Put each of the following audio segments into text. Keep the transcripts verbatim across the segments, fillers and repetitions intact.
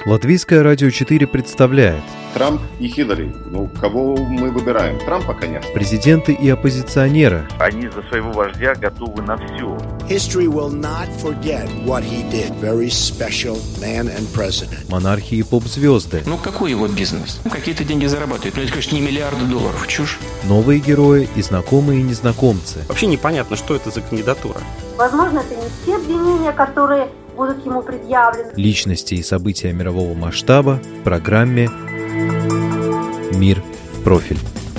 Латвийское радио четыре представляет Трамп и Хиллари. Ну, кого мы выбираем? Трампа, конечно. Президенты и оппозиционеры. Они за своего вождя готовы на все. History will not forget what he did. Very special man and president. Монархи и поп-звезды. Ну, какой его бизнес? Ну, какие-то деньги зарабатывают. Ну, это, конечно, не миллиарды долларов. Чушь. Новые герои и знакомые и незнакомцы. Вообще непонятно, что это за кандидатура. Возможно, это не те обвинения, которые будут ему предъявлены. Личности и события мирового масштаба в программе «Мир в профиль».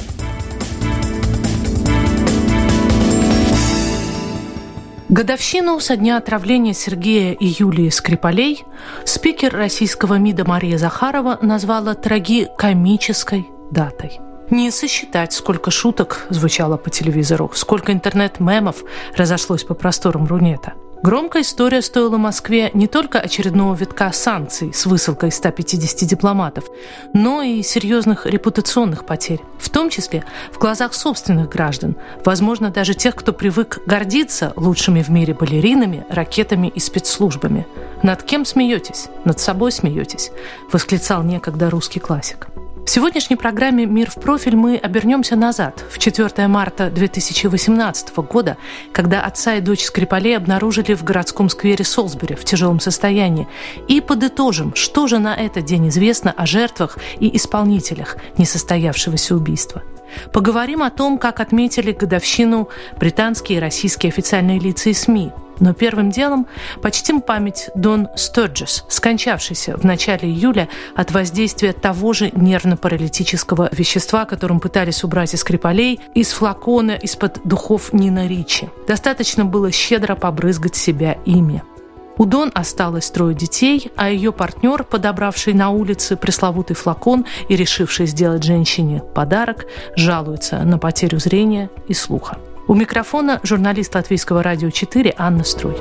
Годовщину со дня отравления Сергея и Юлии Скрипалей спикер российского МИДа Мария Захарова назвала трагикомической датой. Не сосчитать, сколько шуток звучало по телевизору, сколько интернет-мемов разошлось по просторам Рунета. Громкая история стоила Москве не только очередного витка санкций с высылкой ста пятидесяти дипломатов, но и серьезных репутационных потерь, в том числе в глазах собственных граждан, возможно, даже тех, кто привык гордиться лучшими в мире балеринами, ракетами и спецслужбами. «Над кем смеетесь? Над собой смеетесь», — восклицал некогда русский классик. В сегодняшней программе «Мир в профиль» мы обернемся назад, в четвёртого марта две тысячи восемнадцатого года, когда отца и дочь Скрипалей обнаружили в городском сквере Солсбери в тяжелом состоянии, и подытожим, что же на этот день известно о жертвах и исполнителях несостоявшегося убийства. Поговорим о том, как отметили годовщину британские и российские официальные лица и СМИ. Но первым делом почтим память Дон Стерджес, скончавшейся в начале июля от воздействия того же нервно-паралитического вещества, которым пытались убрать из Скрипалей, из флакона из-под духов Нина Ричи. Достаточно было щедро побрызгать себя ими. У Дон осталось трое детей, а ее партнер, подобравший на улице пресловутый флакон и решивший сделать женщине подарок, жалуется на потерю зрения и слуха. У микрофона журналист Латвийского радио четыре Анна Струй.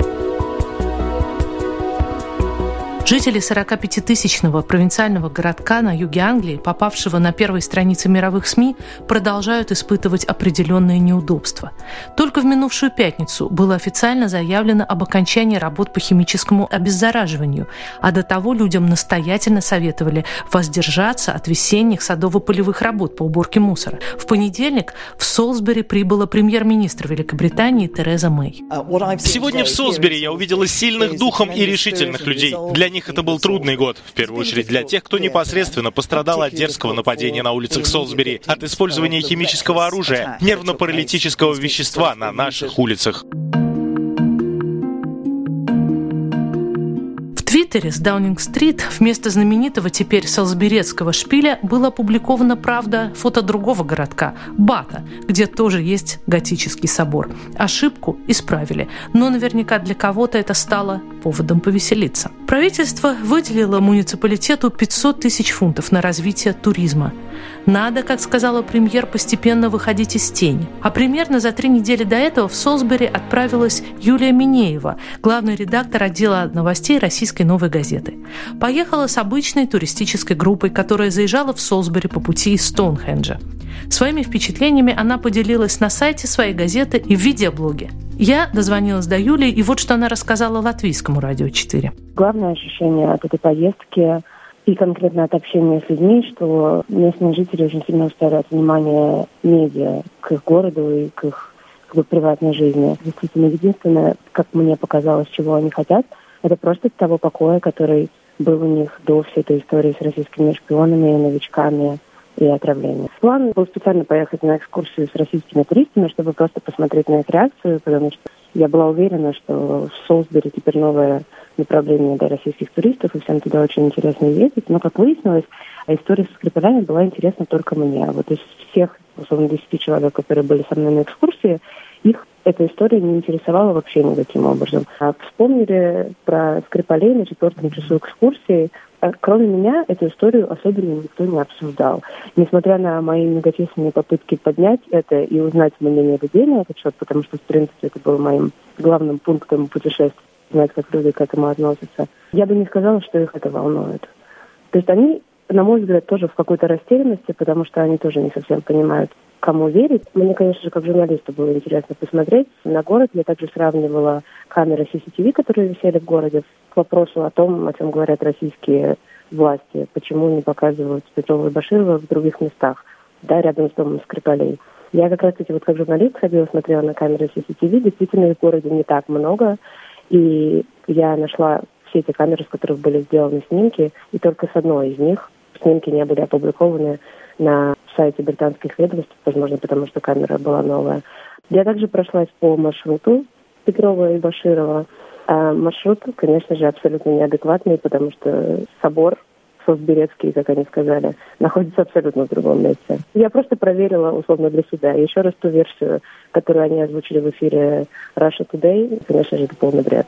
Жители сорокапятитысячного провинциального городка на юге Англии, попавшего на первые страницы мировых СМИ, продолжают испытывать определенные неудобства. Только в минувшую пятницу было официально заявлено об окончании работ по химическому обеззараживанию, а до того людям настоятельно советовали воздержаться от весенних садово-полевых работ по уборке мусора. В понедельник в Солсбери прибыла премьер-министр Великобритании Тереза Мэй. Сегодня в Солсбери я увидела сильных духом и решительных людей. Для них это был трудный год, в первую очередь для тех, кто непосредственно пострадал от дерзкого нападения на улицах Солсбери, от использования химического оружия, нервно-паралитического вещества на наших улицах. В Твиттере с Даунинг-стрит вместо знаменитого теперь солсберецкого шпиля было опубликовано, правда, фото другого городка – Бата, где тоже есть готический собор. Ошибку исправили, но наверняка для кого-то это стало поводом повеселиться. Правительство выделило муниципалитету пятьсот тысяч фунтов на развитие туризма. Надо, как сказала премьер, постепенно выходить из тени. А примерно за три недели до этого в Солсбери отправилась Юлия Минеева, главный редактор отдела новостей российской «Новой газеты». Поехала с обычной туристической группой, которая заезжала в Солсбери по пути из Стоунхенджа. Своими впечатлениями она поделилась на сайте своей газеты и в видеоблоге. Я дозвонилась до Юлии, и вот что она рассказала Латвийскому радио четыре. Главное ощущение от этой поездки и конкретно от общения с людьми, что местные жители очень сильно устали от внимания медиа к их городу и к их как бы, приватной жизни. Действительно, единственное, как мне показалось, чего они хотят, это просто того покоя, который был у них до всей этой истории с российскими шпионами, новичками и отравлением. План был специально поехать на экскурсию с российскими туристами, чтобы просто посмотреть на их реакцию, потому что я была уверена, что в Солсбери теперь новое направление для российских туристов, и всем туда очень интересно ездить. Но, как выяснилось, история со Скрипалями была интересна только мне. А вот из всех, условно, десяти человек, которые были со мной на экскурсии, их эта история не интересовала вообще никаким образом. А вспомнили про Скрипалей на четвертом часу экскурсии. А кроме меня эту историю особенно никто не обсуждал. Несмотря на мои многочисленные попытки поднять это и узнать мнение людей на этот счет, потому что, в принципе, это было моим главным пунктом путешествия, знать, как люди к этому относятся. Я бы не сказала, что их это волнует. То есть они, на мой взгляд, тоже в какой-то растерянности, потому что они тоже не совсем понимают, кому верить. Мне, конечно же, как журналисту было интересно посмотреть на город. Я также сравнивала камеры си си ти ви, которые висели в городе, к вопросу о том, о чем говорят российские власти, почему не показывают Петрова и Баширова в других местах, да, рядом с домом Скрипалей. Я как раз-таки вот как журналист ходила, смотрела на камеры си си ти ви. Действительно, их в городе не так много. И я нашла все эти камеры, с которых были сделаны снимки, и только с одной из них снимки не были опубликованы на сайте британских ведомств, возможно, потому что камера была новая. Я также прошлась по маршруту Петрова и Баширова. А маршрут, конечно же, абсолютно неадекватный, потому что собор Солсберецкий, как они сказали, находится абсолютно в другом месте. Я просто проверила, условно, для себя. И еще раз ту версию, которую они озвучили в эфире Russia Today, конечно же, это полный бред.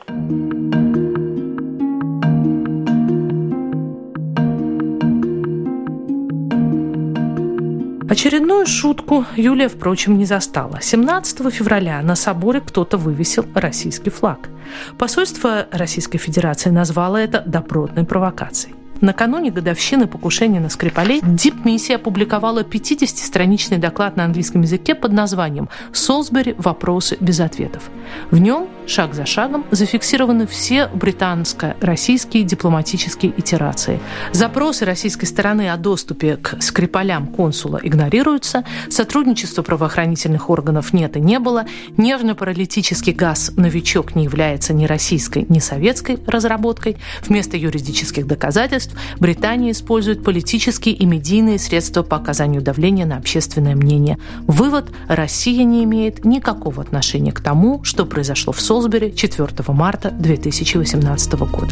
Очередную шутку Юлия, впрочем, не застала. семнадцатого февраля на соборе кто-то вывесил российский флаг. Посольство Российской Федерации назвало это добротной провокацией. Накануне годовщины покушения на Скрипалей дипмиссия опубликовала пятидесятистраничный доклад на английском языке под названием «Солсбери. Вопросы без ответов». В нем шаг за шагом зафиксированы все британско-российские дипломатические итерации. Запросы российской стороны о доступе к Скрипалям консула игнорируются, сотрудничества правоохранительных органов нет и не было, нервно-паралитический газ «Новичок» не является ни российской, ни советской разработкой. Вместо юридических доказательств Британия использует политические и медийные средства по оказанию давления на общественное мнение. Вывод: Россия не имеет никакого отношения к тому, что произошло в Солсбери четвёртого марта две тысячи восемнадцатого года.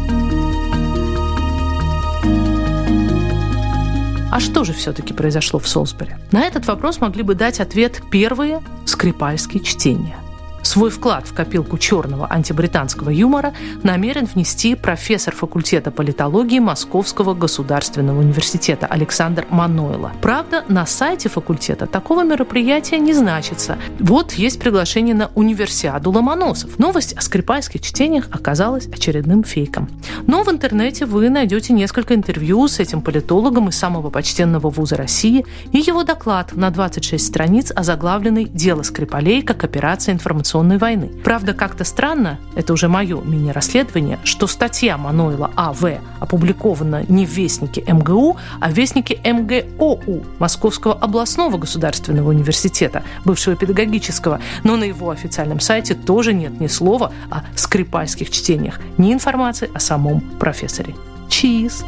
А что же все-таки произошло в Солсбери? На этот вопрос могли бы дать ответ первые скрипальские чтения. Свой вклад в копилку черного антибританского юмора намерен внести профессор факультета политологии Московского государственного университета Александр Манойло. Правда, на сайте факультета такого мероприятия не значится. Вот есть приглашение на универсиаду ломоносов. Новость о скрипальских чтениях оказалась очередным фейком. Но в интернете вы найдете несколько интервью с этим политологом из самого почтенного вуза России и его доклад на двадцать шесть страниц, озаглавленный «Дело Скрипалей как операция информационной войны». Правда, как-то странно, это уже мое мини-расследование, что статья Манойло А В опубликована не в Вестнике эм гэ у, а в Вестнике эм гэ о у, Московского областного государственного университета, бывшего педагогического, но на его официальном сайте тоже нет ни слова о скрипальских чтениях, ни информации о самом профессоре. Чиз!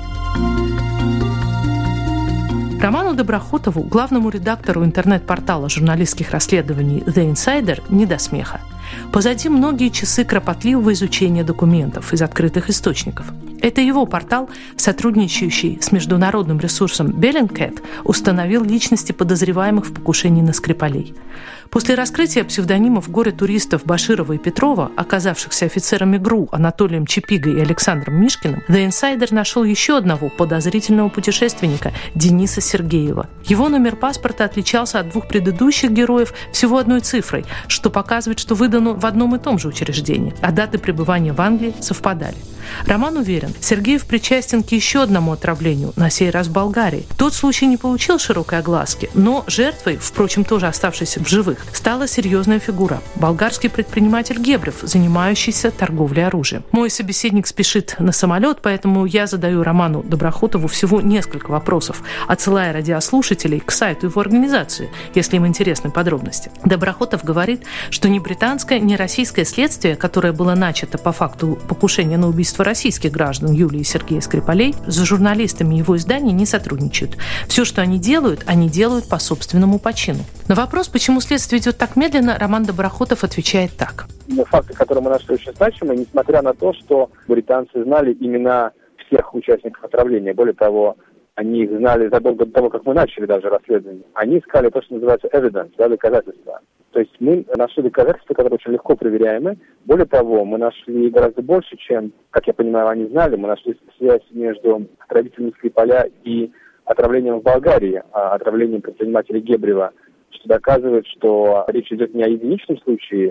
Роману Доброхотову, главному редактору интернет-портала журналистских расследований The Insider, не до смеха. Позади многие часы кропотливого изучения документов из открытых источников. Это его портал, сотрудничающий с международным ресурсом Bellingcat, установил личности подозреваемых в покушении на Скрипалей. После раскрытия псевдонимов горе-туристов Баширова и Петрова, оказавшихся офицерами ГРУ Анатолием Чапигой и Александром Мишкиным, The Insider нашел еще одного подозрительного путешественника – Дениса Сергеева. Его номер паспорта отличался от двух предыдущих героев всего одной цифрой, что показывает, что выдано в одном и том же учреждении, а даты пребывания в Англии совпадали. Роман уверен, Сергеев причастен к еще одному отравлению, на сей раз в Болгарии. Тот случай не получил широкой огласки, но жертвой, впрочем, тоже оставшейся в живых, стала серьезная фигура – болгарский предприниматель Гебрев, занимающийся торговлей оружием. Мой собеседник спешит на самолет, поэтому я задаю Роману Доброхотову всего несколько вопросов, отсылая радиослушателей к сайту его организации, если им интересны подробности. Доброхотов говорит, что ни британское, ни российское следствие, которое было начато по факту покушения на убийство российских граждан Юлии и Сергея Скрипалей, с журналистами его издания не сотрудничают. Все, что они делают, они делают по собственному почину. На вопрос, почему следствие идет так медленно, Роман Доброхотов отвечает так. Факты, которые мы нашли, очень значимы, несмотря на то, что британцы знали имена всех участников отравления. Более того, они их знали задолго до того, как мы начали даже расследование. Они искали то, что называется evidence, да, доказательства. То есть мы нашли доказательства, которые очень легко проверяемы. Более того, мы нашли гораздо больше, чем, как я понимаю, они знали. Мы нашли связь между отравителем Скрипаля и отравлением в Болгарии, отравлением предпринимателя Гебрева, что доказывает, что речь идет не о единичном случае,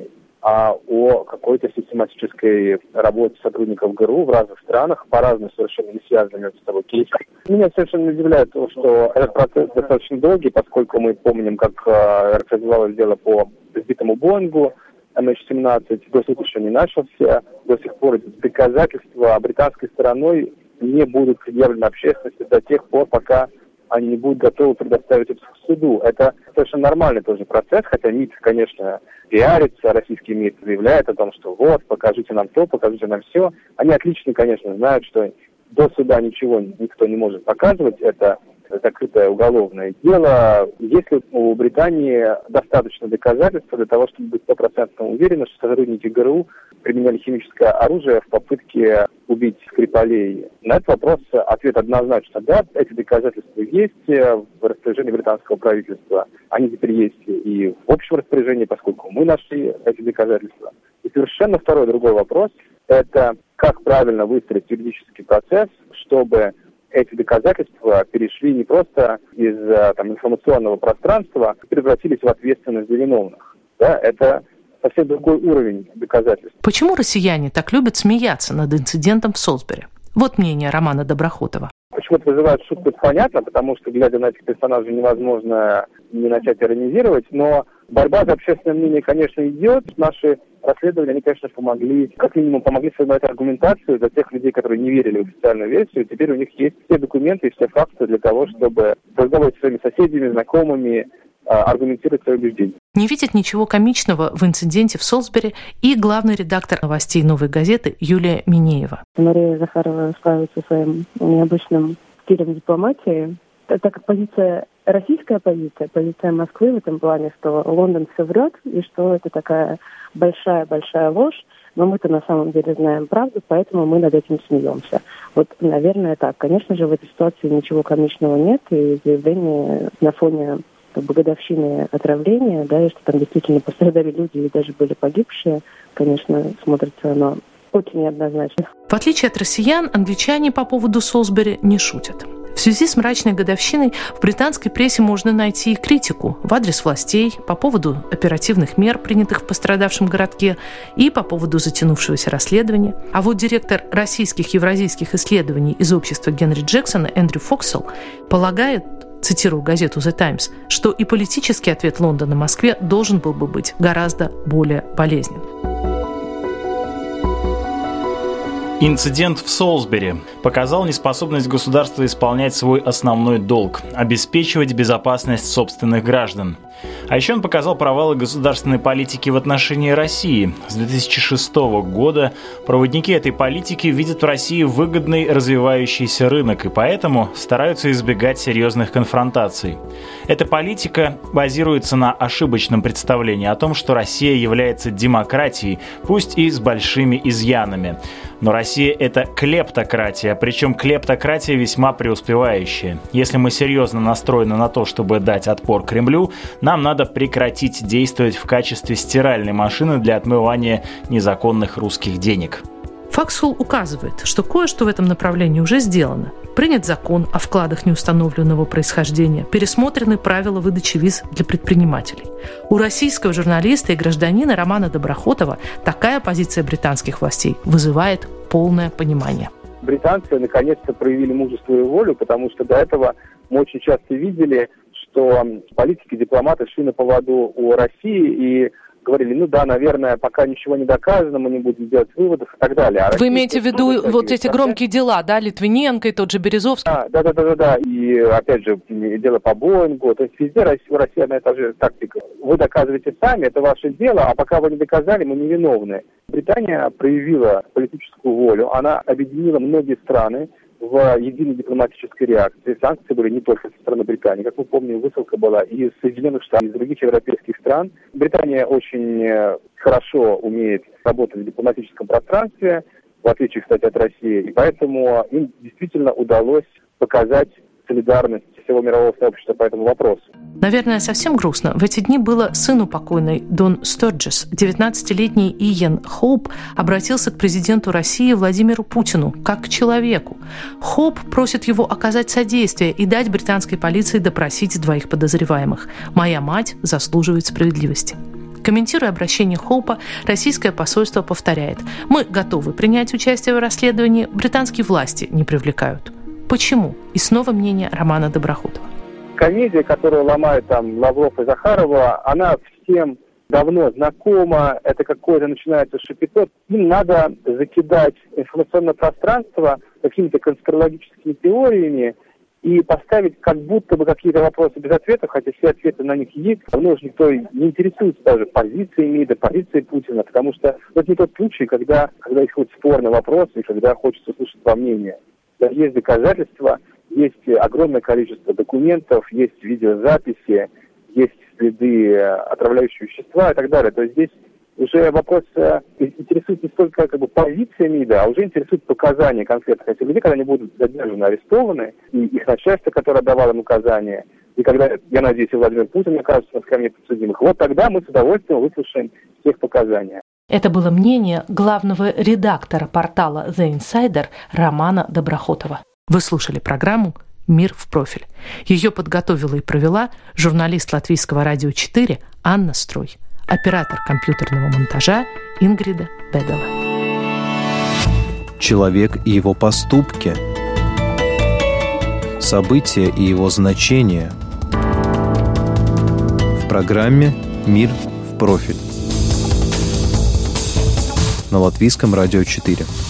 а о какой-то систематической работе сотрудников ГРУ в разных странах по разным совершенно не связанным между собой кейсам. Меня совершенно не удивляет то, что этот процесс достаточно долгий, поскольку мы помним, как э, развивалось дело по сбитому Боингу эм эйч семнадцать, госуд еще не начался, до сих пор эти доказательства британской стороной не будут предъявлены общественности до тех пор, пока они не будут готовы предоставить это к суду. Это совершенно нормальный тоже процесс, хотя МИД, конечно, пиарится, российский МИД заявляет о том, что вот, покажите нам то, покажите нам все. Они отлично, конечно, знают, что до суда ничего никто не может показывать, это закрытое уголовное дело. Если у Британии достаточно доказательств для того, чтобы быть стопроцентно уверены, что сотрудники ГРУ применяли химическое оружие в попытке убить Скрипалей? На этот вопрос ответ однозначно да. Эти доказательства есть в распоряжении британского правительства. Они теперь есть и в общем распоряжении, поскольку мы нашли эти доказательства. И совершенно второй другой вопрос – это как правильно выстроить юридический процесс, чтобы эти доказательства перешли не просто из там, информационного пространства, а превратились в ответственность за виновных. Да, это совсем другой уровень доказательств. Почему россияне так любят смеяться над инцидентом в Солсбери? Вот мнение Романа Доброхотова. Почему это вызывает шутку, это понятно, потому что, глядя на этих персонажей, невозможно не начать иронизировать, но борьба за общественное мнение, конечно, идет. Наши расследования, они, конечно, помогли, как минимум, помогли сформировать аргументацию для тех людей, которые не верили в официальную версию. Теперь у них есть все документы и все факты для того, чтобы разговаривать с своими соседями, знакомыми, аргументировать свои убеждения. Не видит ничего комичного в инциденте в Солсбери и главный редактор новостей «Новой газеты» Юлия Минеева. Мария Захарова славится своим необычным стилем дипломатии. Так как позиция, российская позиция, позиция Москвы в этом плане, что Лондон все врет, и что это такая большая-большая ложь, но мы-то на самом деле знаем правду, поэтому мы над этим смеемся. Вот, наверное, так. Конечно же, в этой ситуации ничего комичного нет, и заявление на фоне как бы годовщины отравления, да, и что там действительно пострадали люди и даже были погибшие, конечно, смотрится оно очень неоднозначно. В отличие от россиян, англичане по поводу Солсбери не шутят. В связи с мрачной годовщиной в британской прессе можно найти и критику в адрес властей по поводу оперативных мер, принятых в пострадавшем городке, и по поводу затянувшегося расследования. А вот директор российских евразийских исследований из общества Генри Джексона Эндрю Фоксел полагает, цитирую газету «The Times», что и политический ответ Лондона Москве должен был бы быть гораздо более болезненным. Инцидент в Солсбери показал неспособность государства исполнять свой основной долг – обеспечивать безопасность собственных граждан. А еще он показал провалы государственной политики в отношении России. С две тысячи шестого года проводники этой политики видят в России выгодный развивающийся рынок и поэтому стараются избегать серьезных конфронтаций. Эта политика базируется на ошибочном представлении о том, что Россия является демократией, пусть и с большими изъянами. Но Россия – это клептократия, причем клептократия весьма преуспевающая. Если мы серьезно настроены на то, чтобы дать отпор Кремлю, нам надо прекратить действовать в качестве стиральной машины для отмывания незаконных русских денег. Фоксел указывает, что кое-что в этом направлении уже сделано. Принят закон о вкладах неустановленного происхождения, пересмотрены правила выдачи виз для предпринимателей. У российского журналиста и гражданина Романа Доброхотова такая позиция британских властей вызывает полное понимание. Британцы наконец-то проявили мужество и волю, потому что до этого мы очень часто видели, что политики, дипломаты шли на поводу у России и говорили, ну да, наверное, пока ничего не доказано, мы не будем делать выводов и так далее. А Вы имеете в виду вот эти громкие дела, да, Литвиненко и тот же Березовский? А, да, да, да, да, да. И опять же, дело по Боингу. То есть везде Россия, Россия на это же тактика. Вы доказываете сами, это ваше дело, а пока вы не доказали, мы не виновны. Британия проявила политическую волю, она объединила многие страны в единой дипломатической реакции. Санкции были не только со стороны Британии. Как мы помним, высылка была и из Соединенных Штатов, и из других европейских стран. Британия очень хорошо умеет работать в дипломатическом пространстве, в отличие, кстати, от России. И поэтому им действительно удалось показать солидарность всего мирового сообщества по этому вопросу. Наверное, совсем грустно. В эти дни было сыну покойной Дон Стерджес. девятнадцатилетний Иэн Хоуп обратился к президенту России Владимиру Путину как к человеку. Хоуп просит его оказать содействие и дать британской полиции допросить двоих подозреваемых. «Моя мать заслуживает справедливости». Комментируя обращение Хоупа, российское посольство повторяет: «Мы готовы принять участие в расследовании, британские власти не привлекают». Почему? И снова мнение Романа Доброхотова. Комедия, которую ломают там Лавров и Захарова, она всем давно знакома, это какое-то начинается шапито. Им надо закидать информационное пространство какими-то конспирологическими теориями и поставить как будто бы какие-то вопросы без ответов, хотя все ответы на них есть. Давно уже никто не интересуется даже позицией МИДа, позицией Путина, потому что это не тот случай, когда, когда есть хоть спорный вопрос и когда хочется услышать два мнения. Есть доказательства, есть огромное количество документов, есть видеозаписи, есть следы отравляющих вещества и так далее. То есть здесь уже вопрос э, интересует не столько как бы позиция МИДа, а уже интересует показания конкретных этих людей, когда они будут задержаны, арестованы, и их начальство, которое давало им указания, и когда, я надеюсь, и Владимир Путин окажется на скамье подсудимых, вот тогда мы с удовольствием выслушаем всех показания. Это было мнение главного редактора портала The Insider Романа Доброхотова. Вы слушали программу «Мир в профиль». Ее подготовила и провела журналист Латвийского радио четыре Анна Строй, оператор компьютерного монтажа Ингрида Бедела. Человек и его поступки, события и его значения в программе «Мир в профиль» на Латвийском радио четыре.